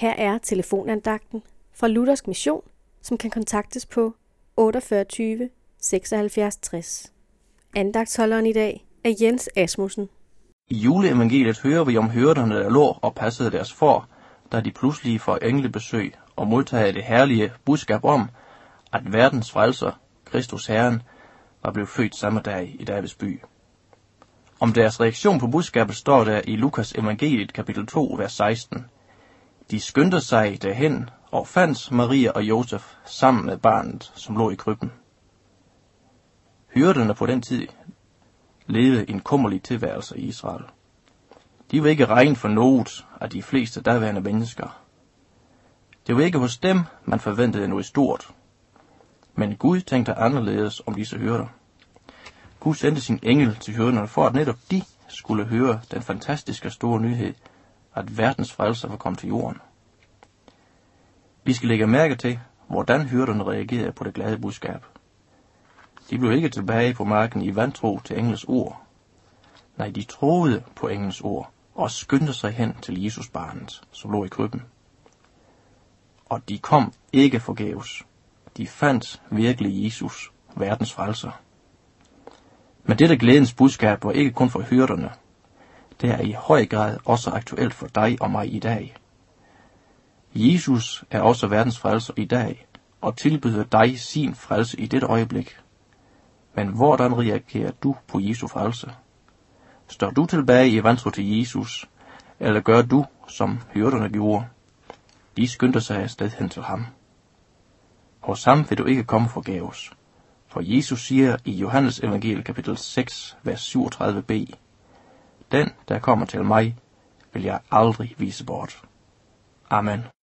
Her er telefonandagten fra Luthersk Mission, som kan kontaktes på 48 76 60. Andagtsholderen i dag er Jens Asmussen. I juleevangeliet hører vi om hyrderne, der lå og passede deres får, da de pludselig får englebesøg og modtager det herlige budskab om, at verdens frelser, Kristus Herren, var blevet født samme dag i Davids by. Om deres reaktion på budskabet står der i Lukas evangeliet kapitel 2, vers 16. De skyndte sig derhen og fandt Maria og Josef sammen med barnet, som lå i krybben. Hyrderne på den tid levede en kummerlig tilværelse i Israel. De var ikke regnet for noget af de fleste daværende mennesker. Det var ikke hos dem, man forventede noget stort. Men Gud tænkte anderledes om disse hyrder. Gud sendte sin engel til hyrderne for, at netop de skulle høre den fantastiske store nyhed, at verdens frelser var kommet til jorden. Vi skal lægge mærke til, hvordan hyrderne reagerede på det glade budskab. De blev ikke tilbage på marken i vantro til engles ord. Nej, de troede på engles ord og skyndte sig hen til Jesus barnet, som lå i krybben. Og de kom ikke forgæves. De fandt virkelig Jesus, verdens frelser. Men dette glædens budskab var ikke kun for hyrderne. Det er i høj grad også aktuelt for dig og mig i dag. Jesus er også verdens frelser i dag, og tilbyder dig sin frelse i dette øjeblik. Men hvordan reagerer du på Jesu frelse? Står du tilbage i vantro til Jesus, eller gør du, som hyrderne gjorde? De skyndte sig afsted hen til ham. Hos ham vil du ikke komme forgæves. For Jesus siger i Johannes evangeliet kapitel 6, vers 37b, den, der kommer til mig, vil jeg aldrig vise bort. Amen.